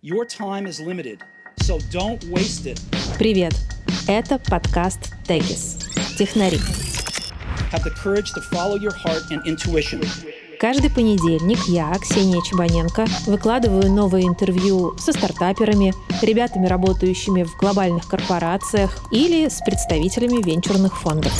Your time is limited, so don't waste it. Привет! Это подкаст Techis. Технари. Have the courage to follow your heart and intuition. Каждый понедельник я, Ксения Чебаненко, выкладываю новые интервью со стартаперами, ребятами, работающими в глобальных корпорациях или с представителями венчурных фондов.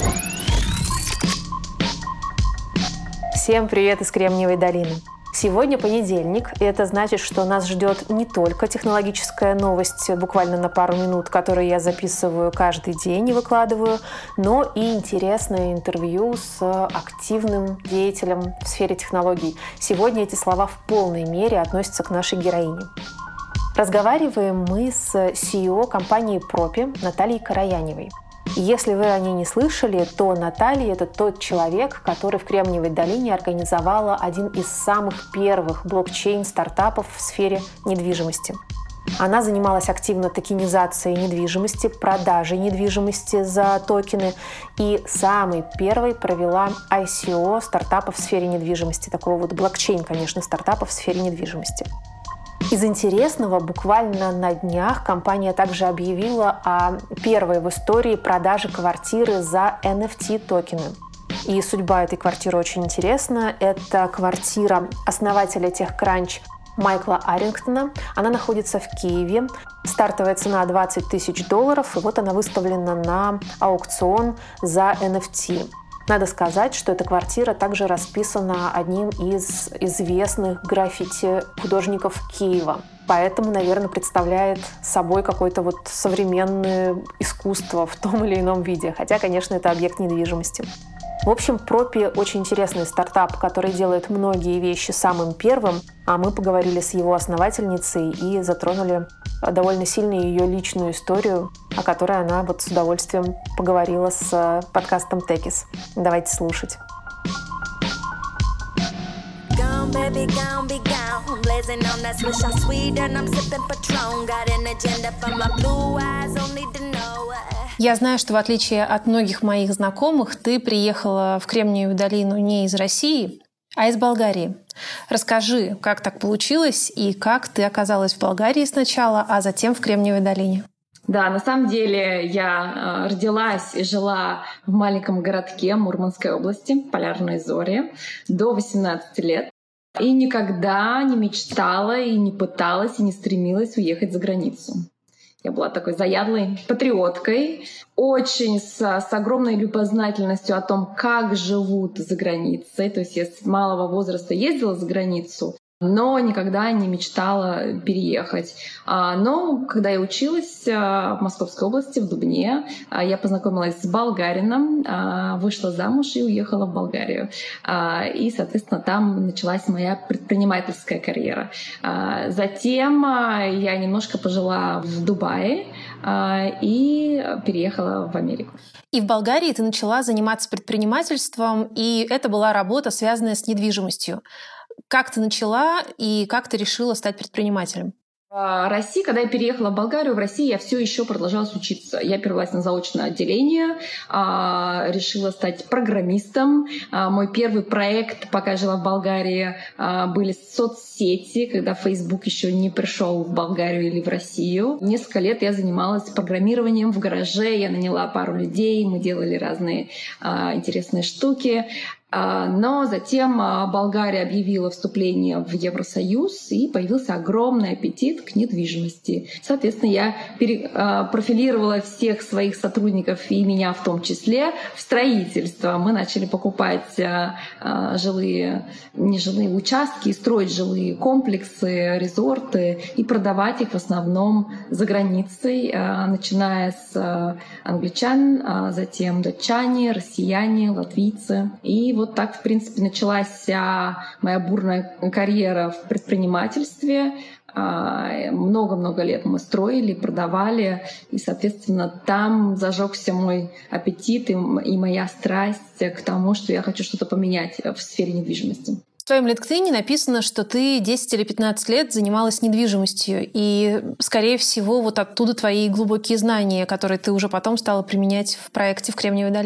Всем привет из Кремниевой долины. Сегодня понедельник, и это значит, что нас ждет не только технологическая новость буквально на пару минут, которую я записываю каждый день и выкладываю, но и интересное интервью с активным деятелем в сфере технологий. Сегодня эти слова в полной мере относятся к нашей героине. Разговариваем мы с CEO компании Пропи Натальей Караяневой. Если вы о ней не слышали, то Наталья – это тот человек, который в Кремниевой долине организовала один из самых первых блокчейн-стартапов в сфере недвижимости. Она занималась активно токенизацией недвижимости, продажей недвижимости за токены и самой первой провела ICO стартапа в сфере недвижимости, такого вот блокчейн, конечно, стартапа в сфере недвижимости. Из интересного, буквально на днях компания также объявила о первой в истории продаже квартиры за NFT-токены. И судьба этой квартиры очень интересна. Это квартира основателя TechCrunch Майкла Арингтона. Она находится в Киеве. Стартовая цена $20 тысяч, и вот она выставлена на аукцион за NFT. Надо сказать, что эта квартира также расписана одним из известных граффити-художников Киева. Поэтому, наверное, представляет собой какое-то вот современное искусство в том или ином виде. Хотя, конечно, это объект недвижимости. В общем, Пропи очень интересный стартап, который делает многие вещи самым первым, а мы поговорили с его основательницей и затронули довольно сильно ее личную историю, о которой она вот с удовольствием поговорила с подкастом Techis. Давайте слушать. Я знаю, что в отличие от многих моих знакомых, ты приехала в Кремниевую долину не из России, а из Болгарии. Расскажи, как так получилось и как ты оказалась в Болгарии сначала, а затем в Кремниевой долине. Да, на самом деле я родилась и жила в маленьком городке Мурманской области, Полярной Зоре, до 18 лет. И никогда не мечтала, и не пыталась, и не стремилась уехать за границу. Я была такой заядлой патриоткой, очень с огромной любознательностью о том, как живут за границей. То есть я с малого возраста ездила за границу, но никогда не мечтала переехать. Но когда я училась в Московской области, в Дубне, я познакомилась с болгарином, вышла замуж и уехала в Болгарию. И, соответственно, там началась моя предпринимательская карьера. Затем я немножко пожила в Дубае и переехала в Америку. И в Болгарии ты начала заниматься предпринимательством, и это была работа, связанная с недвижимостью. Как ты начала и как ты решила стать предпринимателем? В России, когда я переехала в Болгарию, в России я все еще продолжала учиться. Я перевелась на заочное отделение, решила стать программистом. Мой первый проект, пока я жила в Болгарии, были соцсети, когда Facebook еще не пришел в Болгарию или в Россию. Несколько лет я занималась программированием в гараже, я наняла пару людей, мы делали разные интересные штуки. Но затем Болгария объявила вступление в Евросоюз, и появился огромный аппетит к недвижимости. Соответственно, я профилировала всех своих сотрудников, и меня в том числе, в строительство. Мы начали покупать нежилые участки, строить жилые комплексы, резорты и продавать их в основном за границей, начиная с англичан, затем датчане, россияне, латвийцы. И вот так, в принципе, началась вся моя бурная карьера в предпринимательстве. Много-много лет мы строили, продавали, и, соответственно, там зажегся мой аппетит и моя страсть к тому, что я хочу что-то поменять в сфере недвижимости. В твоем LinkedIn написано, что ты 10 или 15 лет занималась недвижимостью, и, скорее всего, вот оттуда твои глубокие знания, которые ты уже потом стала применять в проекте в Кремниевой долине.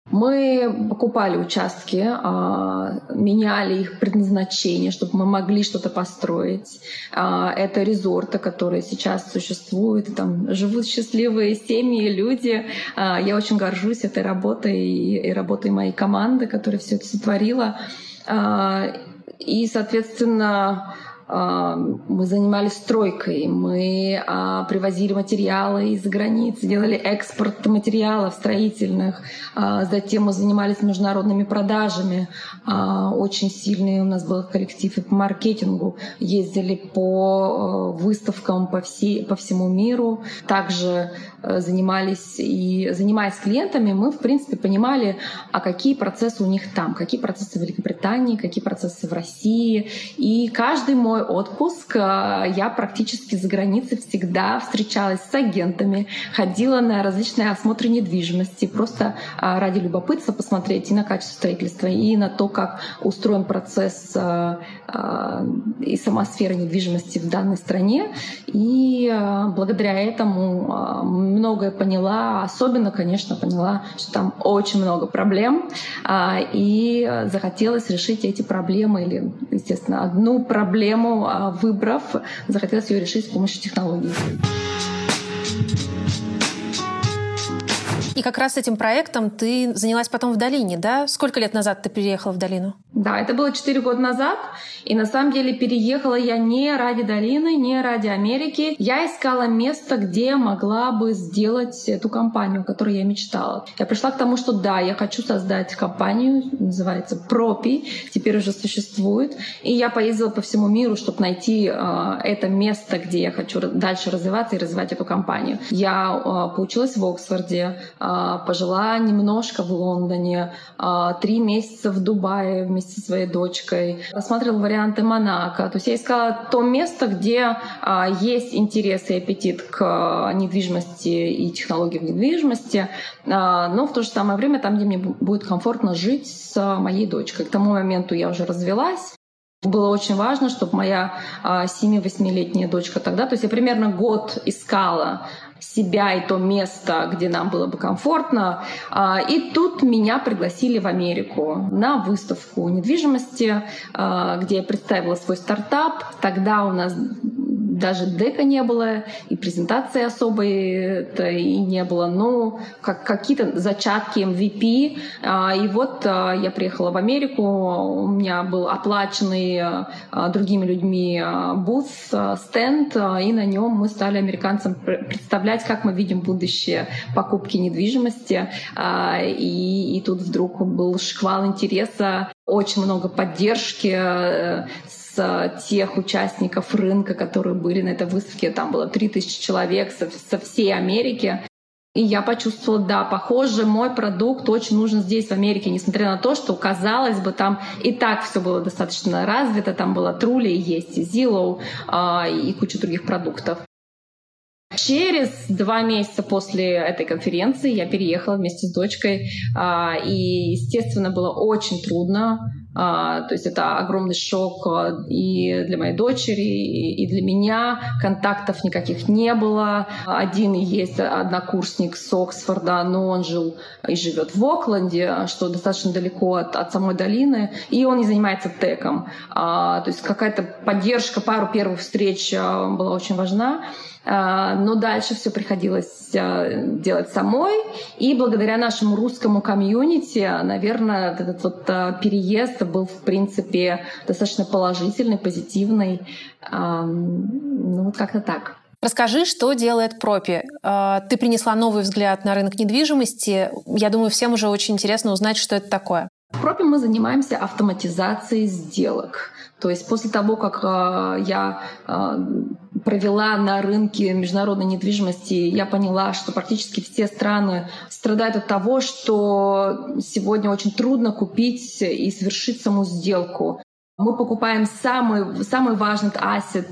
Мы покупали участки, меняли их предназначение, чтобы мы могли что-то построить. Это резорты, которые сейчас существуют, там живут счастливые семьи, люди. Я очень горжусь этой работой и работой моей команды, которая все это сотворила. И, соответственно, мы занимались стройкой, мы привозили материалы из-за границы, делали экспорт материалов строительных. Затем мы занимались международными продажами. Очень сильный у нас был коллектив и по маркетингу. Ездили по выставкам по всему миру. Также занимаясь клиентами, мы, в принципе, понимали, какие процессы у них там, какие процессы в Великобритании, какие процессы в России. И каждый мой отпуск я практически за границей всегда встречалась с агентами, ходила на различные осмотры недвижимости, просто ради любопытства посмотреть и на качество строительства, и на то, как устроен процесс и сама сфера недвижимости в данной стране. И благодаря этому многое поняла, особенно, конечно, поняла, что там очень много проблем, и захотелось решить эти проблемы, или, естественно, одну проблему выбрав, захотелось ее решить с помощью технологий. И как раз этим проектом ты занялась потом в долине, да? Сколько лет назад ты переехала в долину? Да, это было 4 года назад. И на самом деле переехала я не ради долины, не ради Америки. Я искала место, где я могла бы сделать эту компанию, о которой я мечтала. Я пришла к тому, что да, я хочу создать компанию, называется Пропи, теперь уже существует. И я поездила по всему миру, чтобы найти это место, где я хочу дальше развиваться и развивать эту компанию. Я поучилась в Оксфорде, пожила немножко в Лондоне, 3 месяца в Дубае вместе со своей дочкой, рассматривала варианты Монако. То есть я искала то место, где есть интерес и аппетит к недвижимости и технологиям недвижимости, но в то же самое время там, где мне будет комфортно жить с моей дочкой. К тому моменту я уже развелась. Было очень важно, чтобы моя 7-8-летняя дочка тогда, то есть я примерно год искала себя и то место, где нам было бы комфортно. И тут меня пригласили в Америку на выставку недвижимости, где я представила свой стартап. Тогда у нас даже дека не было, и презентации особой-то и не было, но какие-то зачатки MVP. И вот я приехала в Америку, у меня был оплаченный другими людьми бут, стенд, и на нем мы стали американцам представлять, как мы видим будущее покупки недвижимости. И тут вдруг был шквал интереса, очень много поддержки тех участников рынка, которые были на этой выставке. Там было 3000 человек со всей Америки. И я почувствовала, да, похоже, мой продукт очень нужен здесь, в Америке, несмотря на то, что, казалось бы, там и так все было достаточно развито. Там была Truly, и есть и Zillow, и куча других продуктов. Через 2 месяца после этой конференции я переехала вместе с дочкой, и, естественно, было очень трудно. То есть это огромный шок и для моей дочери, и для меня. Контактов никаких не было. Один есть однокурсник с Оксфорда, но он жил и живет в Окленде, что достаточно далеко от самой долины, и он не занимается теком. То есть какая-то поддержка, пару первых встреч была очень важна. Но дальше все приходилось делать самой. И благодаря нашему русскому комьюнити, наверное, этот вот переезд был, в принципе, достаточно положительный, позитивный. Ну, вот как-то так. Расскажи, что делает Пропи. Ты принесла новый взгляд на рынок недвижимости. Я думаю, всем уже очень интересно узнать, что это такое. В Пропи мы занимаемся автоматизацией сделок. То есть после того, как я провела на рынке международной недвижимости, я поняла, что практически все страны страдают от того, что сегодня очень трудно купить и совершить саму сделку. Мы покупаем самый важный ассет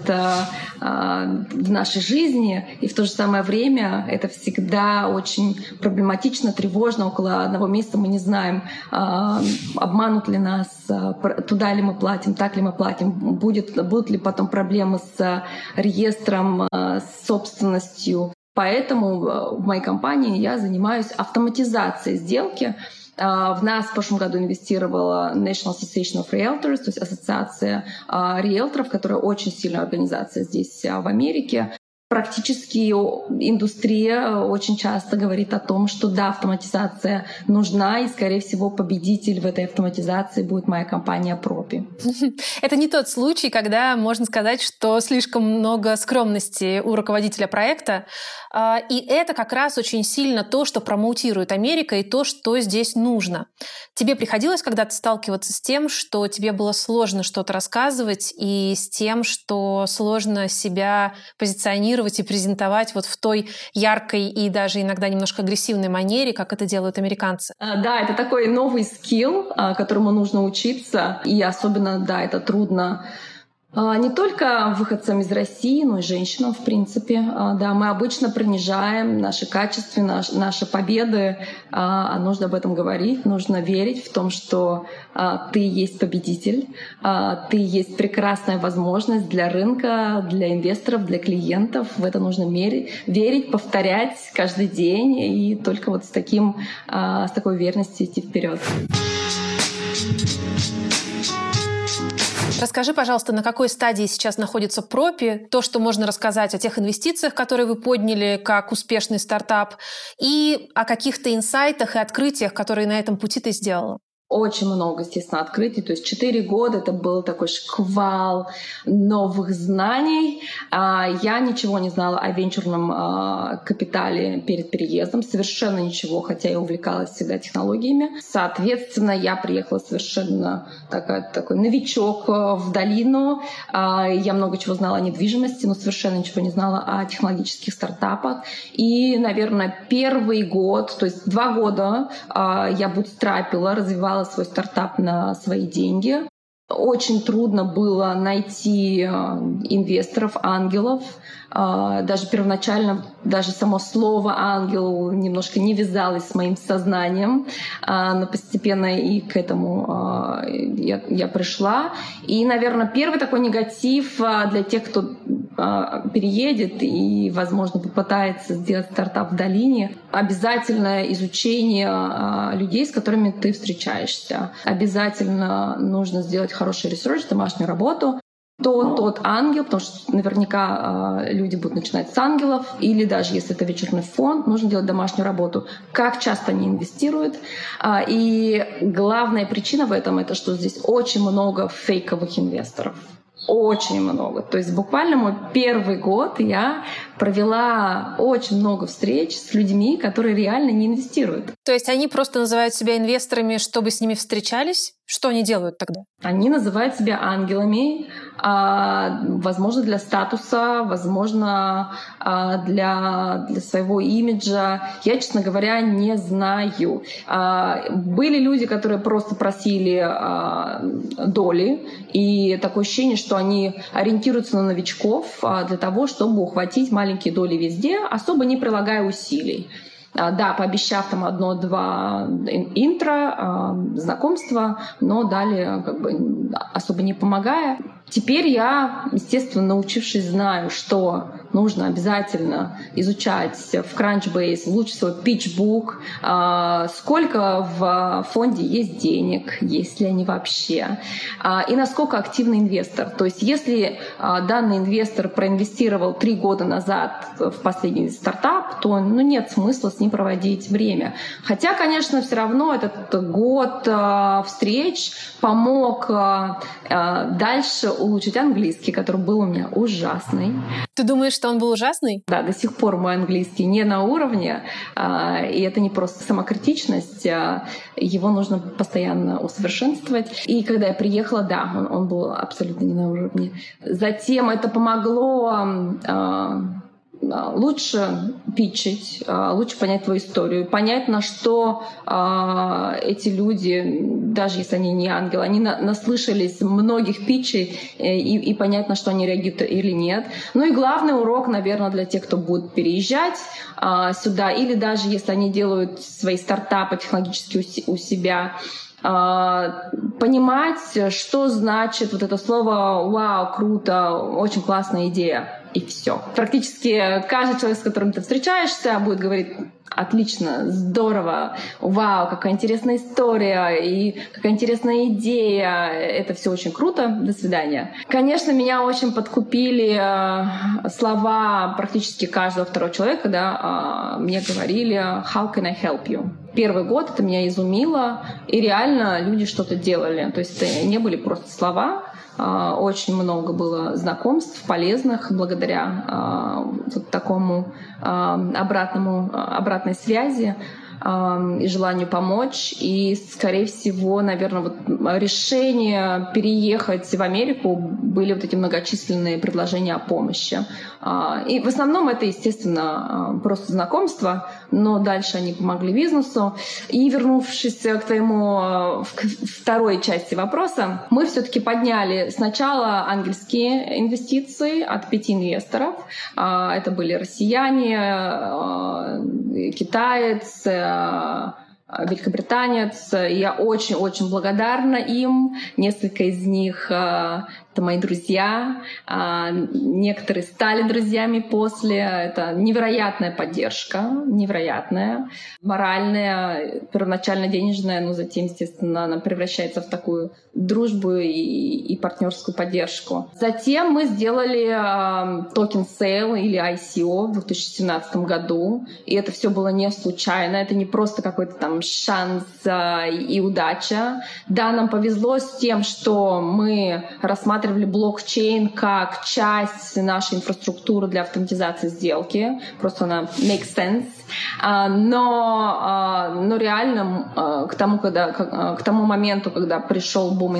в нашей жизни, и в то же самое время это всегда очень проблематично, тревожно. Около 1 месяца мы не знаем, обманут ли нас, туда ли мы платим, так ли мы платим, будут ли потом проблемы с реестром, с собственностью. Поэтому в моей компании я занимаюсь автоматизацией сделки. В нас в прошлом году инвестировала National Association of Realtors, то есть ассоциация риэлторов, которая очень сильная организация здесь, в Америке. Практически индустрия очень часто говорит о том, что да, автоматизация нужна, и, скорее всего, победитель в этой автоматизации будет моя компания Пропи. Это не тот случай, когда можно сказать, что слишком много скромности у руководителя проекта. И это как раз очень сильно то, что промоутирует Америка, и то, что здесь нужно. Тебе приходилось когда-то сталкиваться с тем, что тебе было сложно что-то рассказывать, и с тем, что сложно себя позиционировать и презентовать вот в той яркой и даже иногда немножко агрессивной манере, как это делают американцы? Да, это такой новый скилл, которому нужно учиться, и особенно, да, это трудно не только выходцам из России, но и женщинам, в принципе. Да, мы обычно принижаем наши качества, наши победы, а нужно об этом говорить, нужно верить в том, что ты есть победитель, ты есть прекрасная возможность для рынка, для инвесторов, для клиентов. В это нужно верить, повторять каждый день и только вот с такой уверенностью идти вперед. Расскажи, пожалуйста, на какой стадии сейчас находится Пропи, то, что можно рассказать о тех инвестициях, которые вы подняли как успешный стартап, и о каких-то инсайтах и открытиях, которые на этом пути ты сделала. Очень много, естественно, открытий. То есть 4 года это был такой шквал новых знаний. Я ничего не знала о венчурном капитале перед переездом. Совершенно ничего, хотя я увлекалась всегда технологиями. Соответственно, я приехала совершенно такой новичок в долину. Я много чего знала о недвижимости, но совершенно ничего не знала о технологических стартапах. И, наверное, первый год, то есть 2 года я бутстрапила, развивала свой стартап на свои деньги. Очень трудно было найти инвесторов, ангелов. Даже первоначально даже само слово «ангел» немножко не вязалось с моим сознанием, но постепенно и к этому я пришла. И, наверное, первый такой негатив для тех, кто переедет и, возможно, попытается сделать стартап в долине, обязательное изучение людей, с которыми ты встречаешься. Обязательно нужно сделать хороший ресерч, домашнюю работу. Тот ангел, потому что наверняка люди будут начинать с ангелов, или даже если это вечерний фонд, нужно делать домашнюю работу. Как часто они инвестируют. И главная причина в этом — это что здесь очень много фейковых инвесторов. Очень много. То есть буквально мой первый год я провела очень много встреч с людьми, которые реально не инвестируют. То есть они просто называют себя инвесторами, чтобы с ними встречались? Что они делают тогда? Они называют себя ангелами, возможно, для статуса, возможно, для своего имиджа. Я, честно говоря, не знаю. Были люди, которые просто просили доли, и такое ощущение, что они ориентируются на новичков для того, чтобы ухватить маленькие доли везде, особо не прилагая усилий. Да, пообещав там 1-2 интро, знакомства, но далее особо не помогая. Теперь я, естественно, научившись, знаю, что нужно обязательно изучать в Crunchbase, лучше всего PitchBook, сколько в фонде есть денег, есть ли они вообще, и насколько активный инвестор. То есть если данный инвестор проинвестировал 3 года назад в последний стартап, то нет смысла с ним проводить время. Хотя, конечно, все равно этот год встреч помог дальше улучшить английский, который был у меня ужасный. Ты думаешь, что он был ужасный? Да, до сих пор мой английский не на уровне, и это не просто самокритичность, его нужно постоянно усовершенствовать. И когда я приехала, да, он был абсолютно не на уровне. Затем это помогло лучше питчить, лучше понять твою историю, понять, на что эти люди, даже если они не ангелы, они наслышались многих питчей, и понять, на что они реагируют или нет. Ну и главный урок, наверное, для тех, кто будет переезжать сюда, или даже если они делают свои стартапы технологически у себя, понимать, что значит вот это слово «Вау, круто, очень классная идея». И все. Практически каждый человек, с которым ты встречаешься, будет говорить: отлично, здорово, вау, какая интересная история и какая интересная идея, это все очень круто, до свидания. Конечно, меня очень подкупили слова практически каждого второго человека, когда мне говорили «How can I help you?». Первый год это меня изумило, и реально люди что-то делали. То есть это не были просто слова, очень много было знакомств полезных благодаря вот такому обратной связи и желанию помочь. И, скорее всего, наверное, вот решение переехать в Америку были вот эти многочисленные предложения о помощи. И в основном это, естественно, просто знакомство, но дальше они помогли бизнесу. И вернувшись к твоему второй части вопроса, мы все-таки подняли сначала ангельские инвестиции от 5 инвесторов. Это были россияне, китаец, великобританец. Я очень-очень благодарна им. Несколько из них это мои друзья. Некоторые стали друзьями после. Это невероятная поддержка, невероятная, моральная, первоначально денежная, но затем, естественно, она превращается в такую дружбу и партнерскую поддержку. Затем мы сделали токен сейл или ICO в 2017 году. И это все было не случайно. Это не просто какой-то там шанс и удача. Да, нам повезло с тем, что мы рассматривали блокчейн как часть нашей инфраструктуры для автоматизации сделки. Просто она makes sense. Но реально к тому моменту, когда пришел бум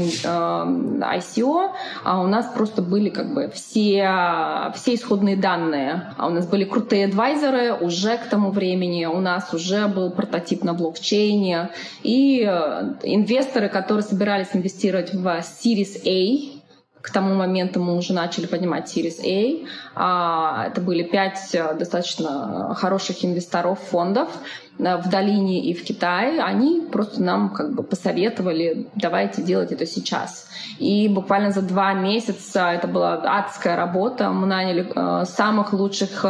ICO, у нас просто были как бы все исходные данные. У нас были крутые адвайзеры уже к тому времени, у нас уже был прототип на блокчейне, и инвесторы, которые собирались инвестировать в Series A, к тому моменту мы уже начали поднимать Series A. Это были 5 достаточно хороших инвесторов фондов в долине и в Китае. Они просто нам как бы посоветовали: давайте делать это сейчас. И буквально за 2 месяца, это была адская работа, мы наняли самых лучших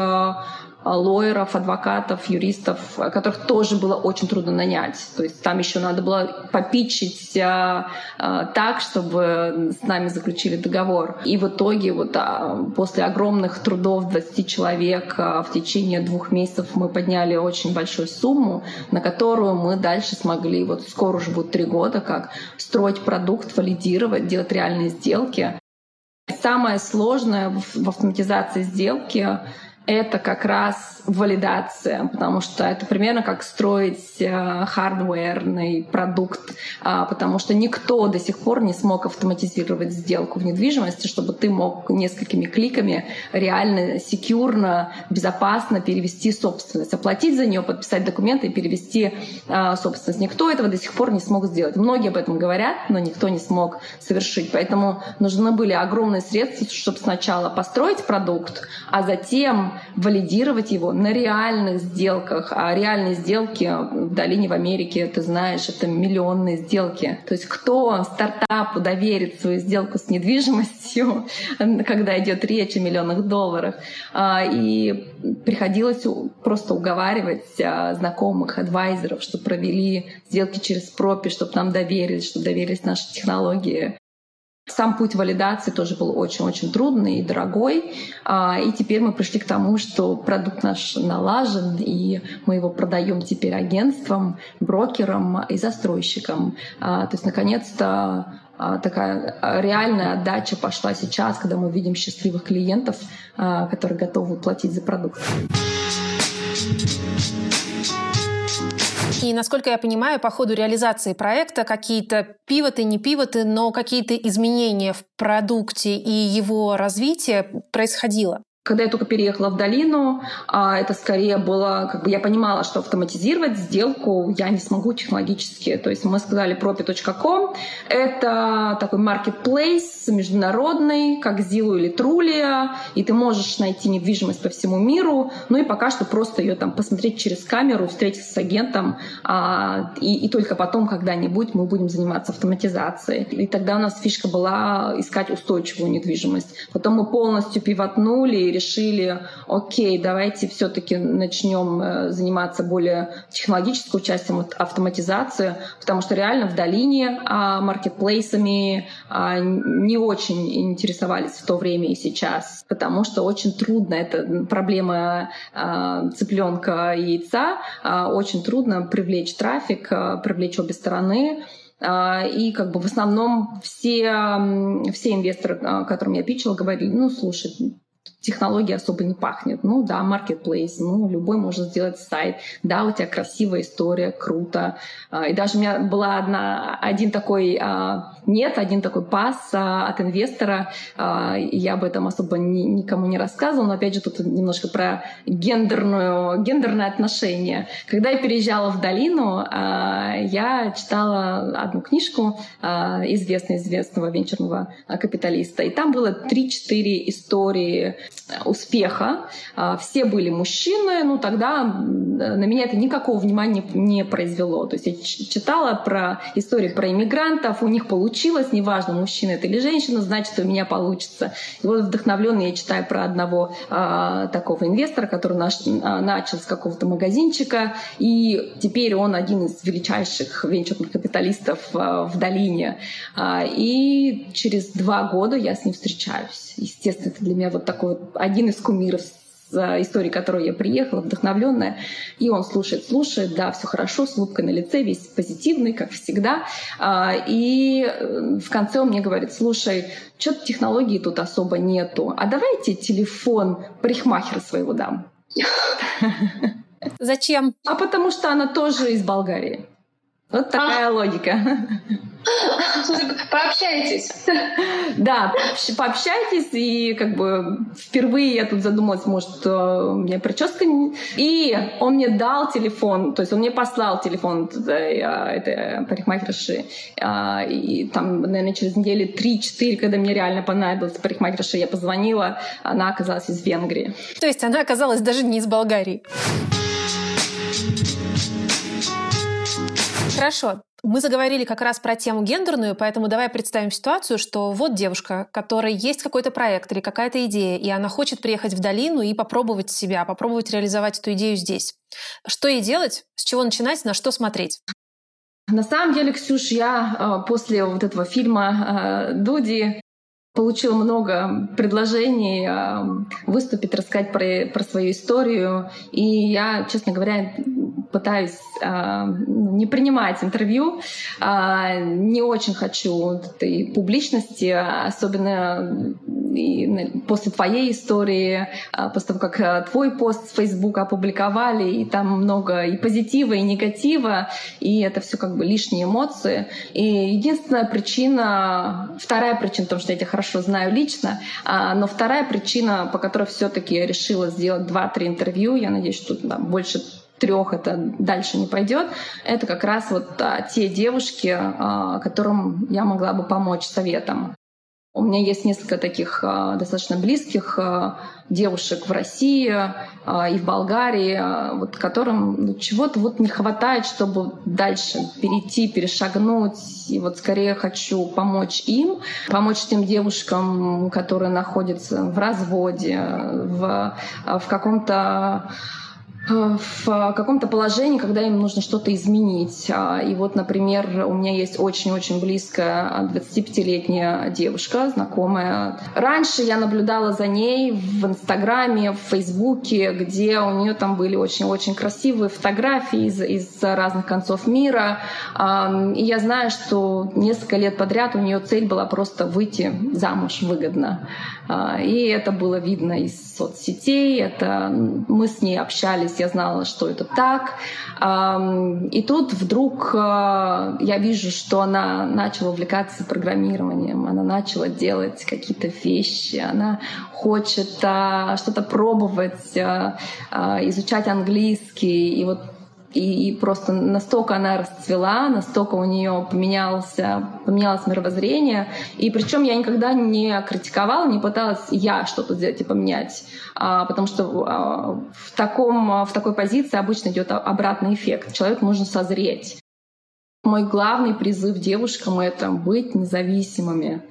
лоеров, адвокатов, юристов, которых тоже было очень трудно нанять. То есть там еще надо было попитчить так, чтобы с нами заключили договор. И в итоге вот после огромных трудов 20 человек в течение 2 месяцев мы подняли очень большую сумму, на которую мы дальше смогли, вот скоро уже будет 3 года, как строить продукт, валидировать, делать реальные сделки. Самое сложное в автоматизации сделки — это как раз валидация, потому что это примерно как строить хардверный продукт, потому что никто до сих пор не смог автоматизировать сделку в недвижимости, чтобы ты мог несколькими кликами реально секьюрно, безопасно перевести собственность, оплатить за нее, подписать документы и перевести собственность. Никто этого до сих пор не смог сделать. Многие об этом говорят, но никто не смог совершить. Поэтому нужны были огромные средства, чтобы сначала построить продукт, а затем валидировать его на реальных сделках. А реальные сделки в долине, в Америке, ты знаешь, это миллионные сделки. То есть кто стартапу доверит свою сделку с недвижимостью, когда идет речь о миллионах долларов? И приходилось просто уговаривать знакомых, адвайзеров, чтобы провели сделки через пропи, чтобы нам доверились, чтобы доверились нашей технологии. Сам путь валидации тоже был очень-очень трудный и дорогой. И теперь мы пришли к тому, что продукт наш налажен, и мы его продаем теперь агентствам, брокерам и застройщикам. То есть, наконец-то, такая реальная отдача пошла сейчас, когда мы видим счастливых клиентов, которые готовы платить за продукт. И, насколько я понимаю, по ходу реализации проекта какие-то пивоты, не пивоты, но какие-то изменения в продукте и его развитие происходило. Когда я только переехала в долину, это скорее было, как бы я понимала, что автоматизировать сделку я не смогу технологически. То есть мы сказали propy.com — это такой marketplace международный, как Zillow или Trulia, и ты можешь найти недвижимость по всему миру, ну и пока что просто ее там посмотреть через камеру, встретиться с агентом, и только потом когда-нибудь мы будем заниматься автоматизацией. И тогда у нас фишка была искать устойчивую недвижимость. Потом мы полностью пивотнули и решили, окей, давайте все-таки начнем заниматься более технологической частью, автоматизации, потому что реально в долине маркетплейсами не очень интересовались в то время и сейчас, потому что очень трудно, это проблема цыпленка и яйца, очень трудно привлечь трафик, привлечь обе стороны. И как бы в основном все инвесторы, которым я питчила, говорили, ну, слушай, технологии особо не пахнет. Ну да, marketplace, ну любой может сделать сайт. Да, у тебя красивая история, круто. И даже у меня была один такой пас от инвестора. Я об этом особо никому не рассказывала, но опять же тут немножко про гендерное отношение. Когда я переезжала в долину, я читала одну книжку известного венчурного капиталиста, и там было 3-4 истории успеха. Все были мужчины, ну тогда на меня это никакого внимания не произвело. То есть я читала про истории про иммигрантов, у них получилось, неважно, мужчина это или женщина, значит, у меня получится. И вот вдохновлённая я читаю про одного такого инвестора, который начал с какого-то магазинчика, и теперь он один из величайших венчурных капиталистов в долине. И через 2 года я с ним встречаюсь. Естественно, это для меня вот такой вот один из кумиров истории, которой я приехала, вдохновленная. И он слушает, да, все хорошо, с улыбкой на лице, весь позитивный, как всегда. И в конце он мне говорит, слушай, что-то технологий тут особо нету, а давайте телефон парикмахера своего дам. Зачем? А потому что она тоже из Болгарии. Вот такая логика. Пообщайтесь. Да, пообщайтесь, и как бы впервые я тут задумалась, может, у меня прическа... И он мне дал телефон, то есть он мне послал телефон этой парикмахерши. И там, наверное, через недели 3-4, когда мне реально понадобилась парикмахерша, я позвонила, она оказалась из Венгрии. То есть она оказалась даже не из Болгарии. Хорошо. Мы заговорили как раз про тему гендерную, поэтому давай представим ситуацию, что вот девушка, которой есть какой-то проект или какая-то идея, и она хочет приехать в долину и попробовать себя, попробовать реализовать эту идею здесь. Что ей делать? С чего начинать? На что смотреть? На самом деле, Ксюш, я после вот этого фильма «Дуди» получила много предложений выступить, рассказать про свою историю. И я, честно говоря, пытаюсь не принимать интервью. Не очень хочу этой публичности, особенно после твоей истории, после того, как твой пост с Facebook опубликовали, и там много и позитива, и негатива, и это все как бы лишние эмоции. И единственная причина, вторая причина, потому что я тебя хорошо знаю лично, но вторая причина, по которой все-таки я решила сделать 2-3 интервью, я надеюсь, что там больше 3 это дальше не пойдет, это как раз вот те девушки, которым я могла бы помочь советом. У меня есть несколько таких достаточно близких девушек в России и в Болгарии, вот которым чего-то вот не хватает, чтобы дальше перейти, перешагнуть. И вот скорее хочу помочь им, помочь тем девушкам, которые находятся в разводе, в каком-то положении, когда им нужно что-то изменить. И вот, например, у меня есть очень-очень близкая 25-летняя девушка, знакомая. Раньше я наблюдала за ней в Инстаграме, в Фейсбуке, где у нее там были очень-очень красивые фотографии из разных концов мира. И я знаю, что несколько лет подряд у нее цель была просто выйти замуж выгодно. И это было видно из соцсетей, мы с ней общались, я знала, что это так. И тут вдруг я вижу, что она начала увлекаться программированием, она начала делать какие-то вещи, она хочет что-то пробовать, изучать английский. И просто настолько она расцвела, настолько у нее поменялось мировоззрение. И причем я никогда не критиковала, не пыталась я что-то сделать и поменять. Потому что в такой позиции обычно идет обратный эффект. Человеку нужно созреть. Мой главный призыв девушкам — это быть независимыми.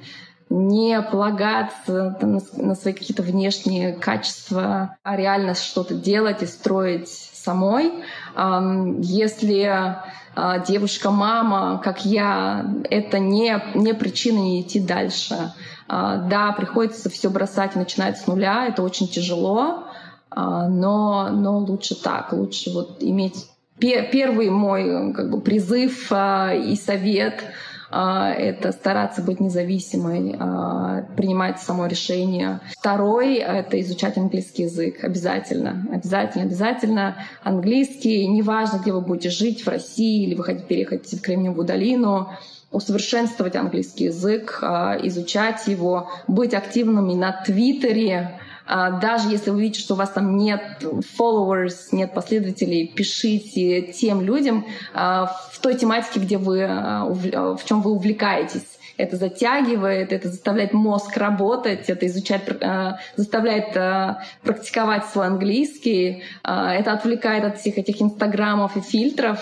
не полагаться на свои какие-то внешние качества, а реально что-то делать и строить самой. Если девушка-мама, как я, это не причина не идти дальше. Да, приходится все бросать и начинать с нуля, это очень тяжело, но лучше так, лучше вот иметь первый мой призыв и совет — это стараться быть независимой, принимать само решение. Второй — это изучать английский язык. Обязательно. Английский. Неважно, где вы будете жить, в России или вы хотите переехать в Кремниевую долину. Усовершенствовать английский язык, изучать его, быть активными на Твиттере. Даже если вы видите, что у вас там нет followers, нет последователей, пишите тем людям в той тематике, в чем вы увлекаетесь. Это затягивает, это заставляет мозг работать, это заставляет практиковать свой английский, это отвлекает от всех этих инстаграмов и фильтров.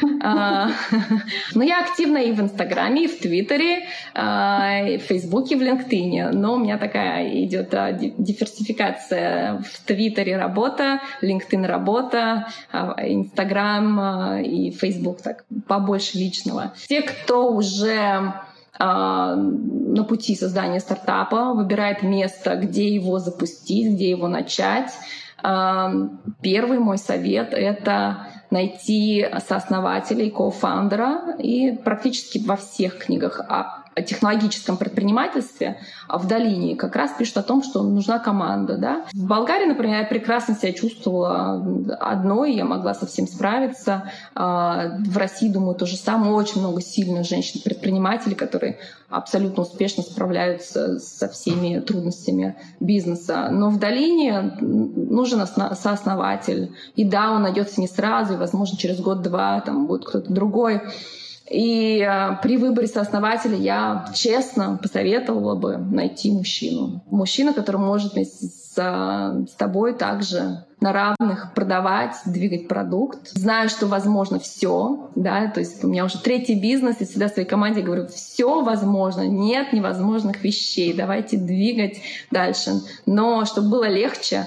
Но я активна и в Инстаграме, и в Твиттере, и в Фейсбуке, и в LinkedIn. Но у меня такая идет диверсификация. В Твиттере работа, LinkedIn работа, Инстаграм и Фейсбук так побольше личного. Те, кто уже на пути создания стартапа, выбирает место, где его запустить, где его начать. Первый мой совет — это найти сооснователей, кофаундера. И практически во всех книгах о технологическом предпринимательстве в долине как раз пишут о том, что нужна команда. Да? В Болгарии, например, я прекрасно себя чувствовала одной, я могла со всем справиться. В России, думаю, то же самое. Очень много сильных женщин-предпринимателей, которые абсолютно успешно справляются со всеми трудностями бизнеса. Но в долине нужен сооснователь. И да, он найдется не сразу, и, возможно, через год-два там будет кто-то другой. И при выборе сооснователя я честно посоветовала бы найти мужчину. Мужчина, который может вместе с тобой также на равных продавать, двигать продукт. Знаю, что возможно все, да, то есть у меня уже 3-й бизнес, и всегда своей команде говорю, все возможно, нет невозможных вещей, давайте двигать дальше. Но чтобы было легче,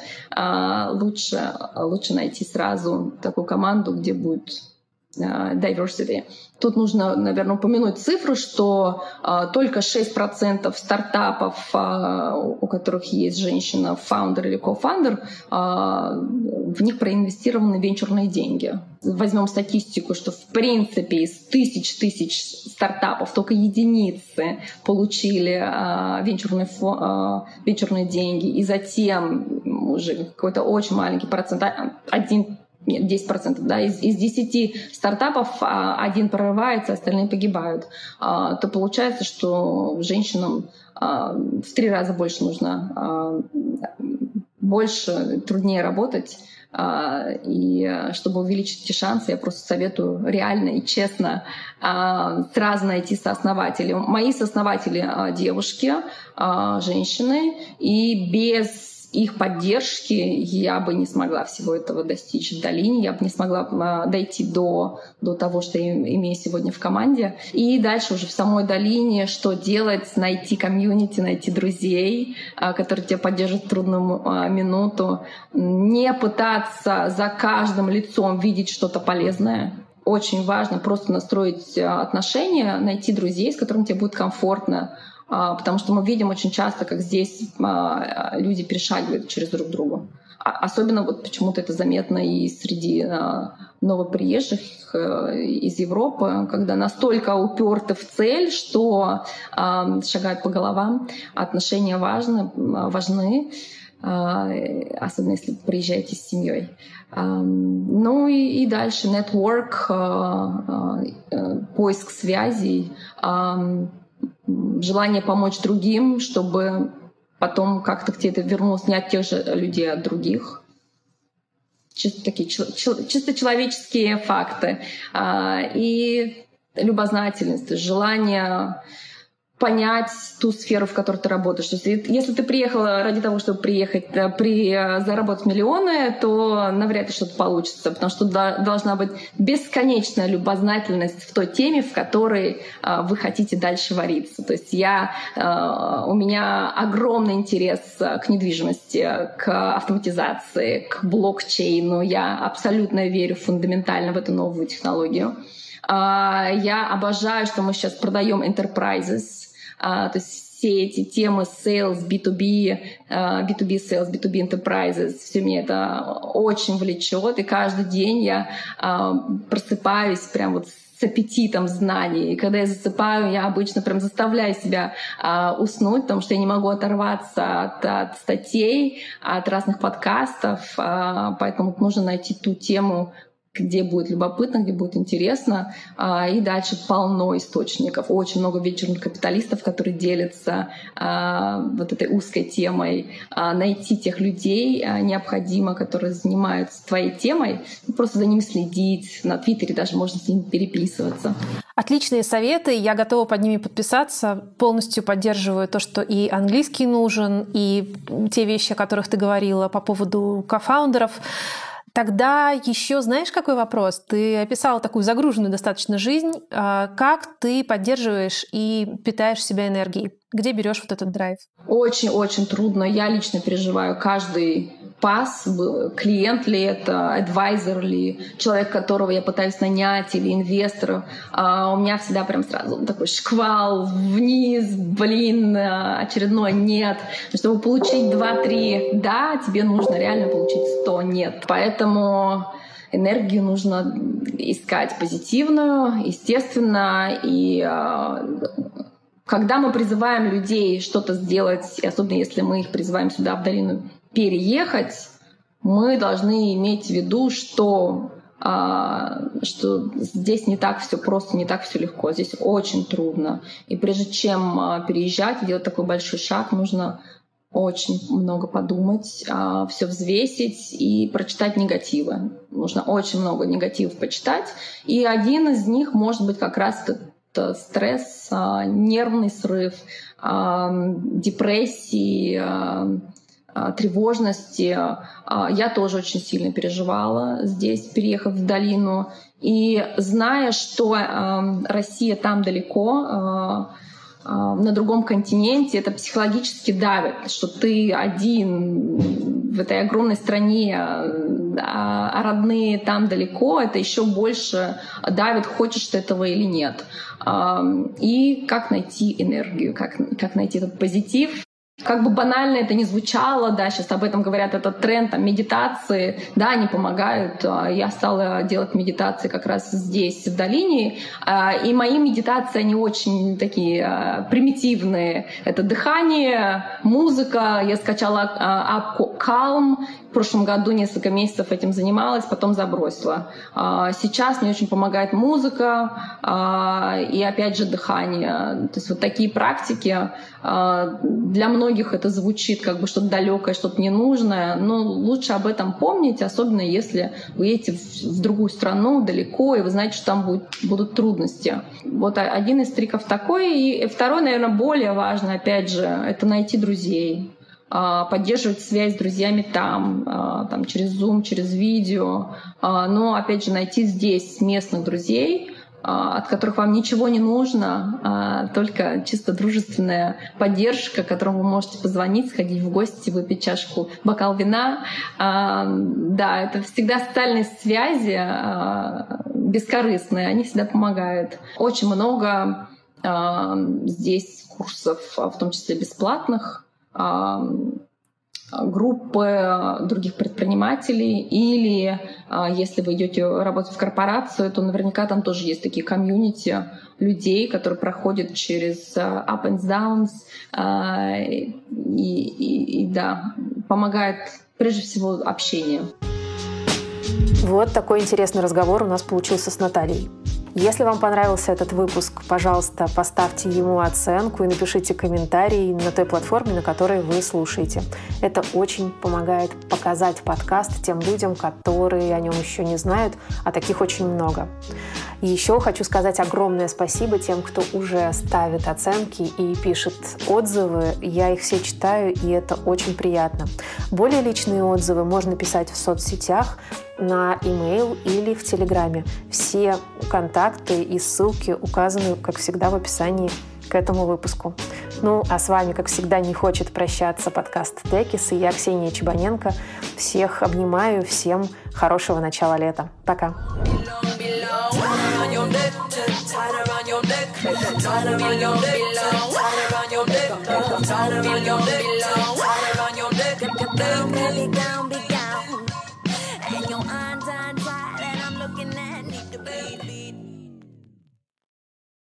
лучше найти сразу такую команду, где будет diversity. Тут нужно, наверное, упомянуть цифру, что только 6% стартапов, у которых есть женщина, фаундер или кофаундер, в них проинвестированы венчурные деньги. Возьмем статистику, что в принципе из тысяч стартапов только единицы получили венчурные деньги, и затем уже какой-то очень маленький процент, 10%, да, из 10 стартапов один прорывается, остальные погибают, то получается, что женщинам в 3 раза больше нужно, труднее работать. И чтобы увеличить эти шансы, я просто советую реально и честно сразу найти сооснователей. Мои сооснователи — девушки, женщины, и без их поддержки я бы не смогла всего этого достичь в долине, я бы не смогла дойти до того, что я имею сегодня в команде. И дальше уже в самой долине что делать? Найти комьюнити, найти друзей, которые тебя поддержат в трудную минуту. Не пытаться за каждым лицом видеть что-то полезное. Очень важно просто настроить отношения, найти друзей, с которыми тебе будет комфортно. Потому что мы видим очень часто, как здесь люди перешагивают через друг друга. Особенно вот почему-то это заметно и среди новоприезжих из Европы, когда настолько уперты в цель, что шагают по головам. Отношения важны, особенно если вы приезжаете с семьей. Ну и дальше network, поиск связей, желание помочь другим, чтобы потом как-то к тебе это вернулось не от тех же людей, а от других. Чисто человеческие факты. И любознательность, желание понять ту сферу, в которой ты работаешь. То есть, если ты приехала ради того, чтобы заработать миллионы, то навряд ли что-то получится, потому что должна быть бесконечная любознательность в той теме, в которой вы хотите дальше вариться. То есть у меня огромный интерес к недвижимости, к автоматизации, к блокчейну. Я абсолютно верю фундаментально в эту новую технологию. Я обожаю, что мы сейчас продаем enterprises, то есть все эти темы sales, B2B, B2B sales, B2B enterprises, все меня это очень влечет, и каждый день я просыпаюсь прям вот с аппетитом знаний. И когда я засыпаю, я обычно прям заставляю себя уснуть, потому что я не могу оторваться от статей, от разных подкастов, поэтому нужно найти ту тему, где будет любопытно, где будет интересно. И дальше полно источников. Очень много вечерных капиталистов, которые делятся вот этой узкой темой. Найти тех людей необходимо, которые занимаются твоей темой. Просто за ними следить. На Твиттере даже можно с ними переписываться. Отличные советы, я готова под ними подписаться. Полностью поддерживаю то, что и английский нужен, и те вещи, о которых ты говорила по поводу кофаундеров. Тогда еще знаешь, какой вопрос? Ты описала такую загруженную достаточно жизнь. Как ты поддерживаешь и питаешь себя энергией? Где берешь вот этот драйв? Очень-очень трудно. Я лично переживаю каждый пас, клиент ли это, адвайзер ли, человек, которого я пытаюсь нанять, или инвестор. У меня всегда прям сразу такой шквал вниз, очередной нет. Чтобы получить 2-3 «да», тебе нужно реально получить 100 «нет». Поэтому энергию нужно искать позитивную, естественно, и когда мы призываем людей что-то сделать, и особенно если мы их призываем сюда, в долину, переехать, мы должны иметь в виду, что здесь не так все просто, не так все легко, здесь очень трудно. И прежде чем переезжать и делать такой большой шаг, нужно очень много подумать, все взвесить и прочитать негативы. Нужно очень много негативов почитать. И один из них может быть как раз стресс, нервный срыв, депрессии, тревожности. Я тоже очень сильно переживала здесь, переехав в долину. И зная, что Россия там далеко, на другом континенте, это психологически давит, что ты один в этой огромной стране, а родные там далеко, это еще больше давит, хочешь ты этого или нет. И как найти энергию, как найти этот позитив. Как бы банально это ни звучало, да, сейчас об этом говорят, этот тренд, там, медитации, да, они помогают. Я стала делать медитации как раз здесь, в долине, и мои медитации, они очень такие примитивные. Это дыхание, музыка. Я скачала апку Calm. В прошлом году несколько месяцев этим занималась, потом забросила. Сейчас мне очень помогает музыка и, опять же, дыхание. То есть вот такие практики. Для многих это звучит как бы что-то далекое, что-то ненужное, но лучше об этом помнить, особенно если вы едете в другую страну, далеко, и вы знаете, что там будут трудности. Вот один из триков такой. И второй, наверное, более важный, опять же, это найти друзей. Поддерживать связь с друзьями там через Zoom, через видео. Но, опять же, найти здесь местных друзей, от которых вам ничего не нужно, только чисто дружественная поддержка, которому вы можете позвонить, сходить в гости, выпить чашку, бокал вина. Да, это всегда социальные связи бескорыстные, они всегда помогают. Очень много здесь курсов, в том числе бесплатных, группы других предпринимателей, или если вы идете работать в корпорацию, то наверняка там тоже есть такие комьюнити людей, которые проходят через up and downs, и да, помогает прежде всего общение. Вот такой интересный разговор у нас получился с Натальей. Если вам понравился этот выпуск, пожалуйста, поставьте ему оценку и напишите комментарий на той платформе, на которой вы слушаете. Это очень помогает показать подкаст тем людям, которые о нем еще не знают, а таких очень много. И еще хочу сказать огромное спасибо тем, кто уже ставит оценки и пишет отзывы. Я их все читаю, и это очень приятно. Более личные отзывы можно писать в соцсетях, на имейл или в Телеграме. Все контакты и ссылки указаны, как всегда, в описании к этому выпуску. Ну, а с вами, как всегда, не хочет прощаться подкаст «Текис», и я, Ксения Чебаненко. Всех обнимаю, всем хорошего начала лета. Пока! And your eyes